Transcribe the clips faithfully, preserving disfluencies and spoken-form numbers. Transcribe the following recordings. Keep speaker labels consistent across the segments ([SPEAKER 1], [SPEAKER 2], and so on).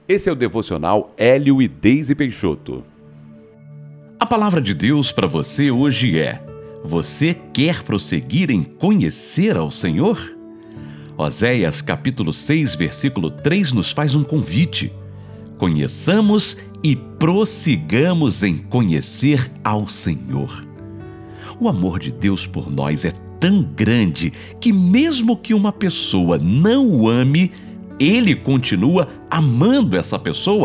[SPEAKER 1] Esse é o Devocional Hélio e Deise Peixoto.
[SPEAKER 2] A palavra de Deus para você hoje é: você quer prosseguir em conhecer ao Senhor? Oséias capítulo seis, versículo três nos faz um convite. Conheçamos e prossigamos em conhecer ao Senhor. O amor de Deus por nós é tão grande que mesmo que uma pessoa não o ame, Ele continua amando essa pessoa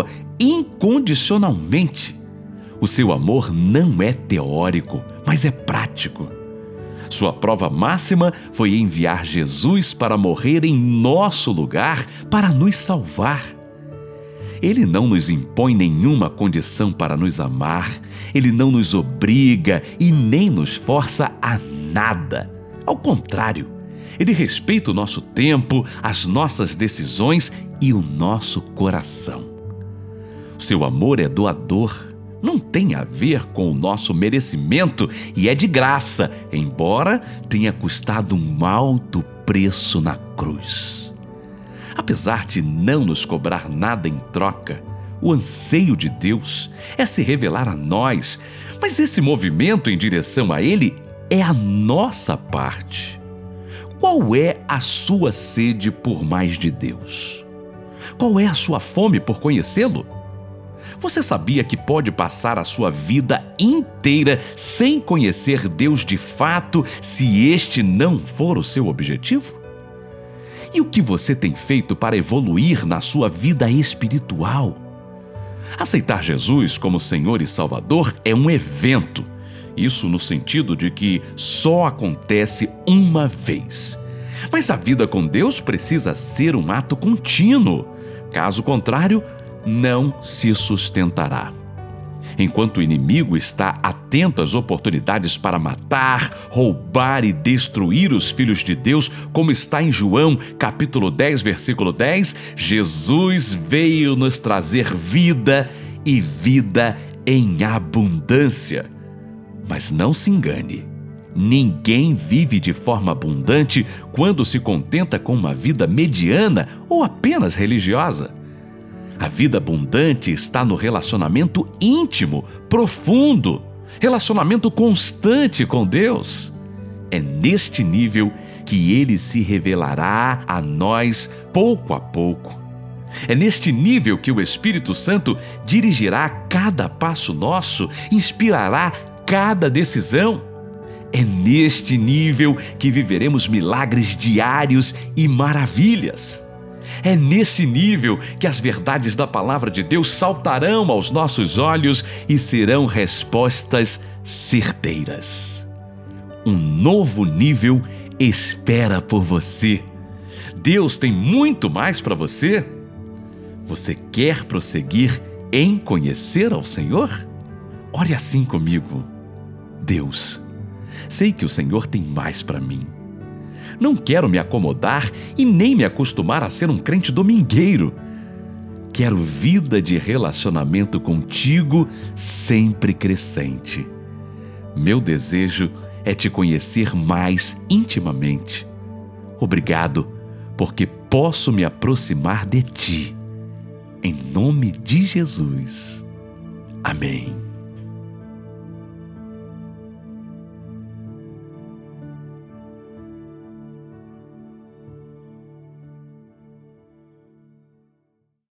[SPEAKER 2] incondicionalmente. O seu amor não é teórico, mas é prático. Sua prova máxima foi enviar Jesus para morrer em nosso lugar para nos salvar. Ele não nos impõe nenhuma condição para nos amar, Ele não nos obriga e nem nos força a nada. Ao contrário, Ele respeita o nosso tempo, as nossas decisões e o nosso coração. O seu amor é doador, não tem a ver com o nosso merecimento e é de graça, embora tenha custado um alto preço na cruz. Apesar de não nos cobrar nada em troca, o anseio de Deus é se revelar a nós, mas esse movimento em direção a Ele é a nossa parte. Qual é a sua sede por mais de Deus? Qual é a sua fome por conhecê-lo? Você sabia que pode passar a sua vida inteira sem conhecer Deus de fato, se este não for o seu objetivo? E o que você tem feito para evoluir na sua vida espiritual? Aceitar Jesus como Senhor e Salvador é um evento. Isso no sentido de que só acontece uma vez. Mas a vida com Deus precisa ser um ato contínuo. Caso contrário, não se sustentará. Enquanto o inimigo está atento às oportunidades para matar, roubar e destruir os filhos de Deus, como está em João capítulo dez, versículo dez, Jesus veio nos trazer vida e vida em abundância. Mas não se engane, ninguém vive de forma abundante quando se contenta com uma vida mediana ou apenas religiosa. A vida abundante está no relacionamento íntimo, profundo, relacionamento constante com Deus. É neste nível que Ele se revelará a nós pouco a pouco. É neste nível que o Espírito Santo dirigirá cada passo nosso, inspirará cada decisão. É neste nível que viveremos milagres diários e maravilhas. É nesse nível que as verdades da palavra de Deus saltarão aos nossos olhos e serão respostas certeiras. Um novo nível espera por você. Deus tem muito mais para você. Você quer prosseguir em conhecer ao Senhor? Ore assim comigo. Deus, sei que o Senhor tem mais para mim. Não quero me acomodar e nem me acostumar a ser um crente domingueiro. Quero vida de relacionamento contigo sempre crescente. Meu desejo é te conhecer mais intimamente. Obrigado, porque posso me aproximar de ti. Em nome de Jesus. Amém.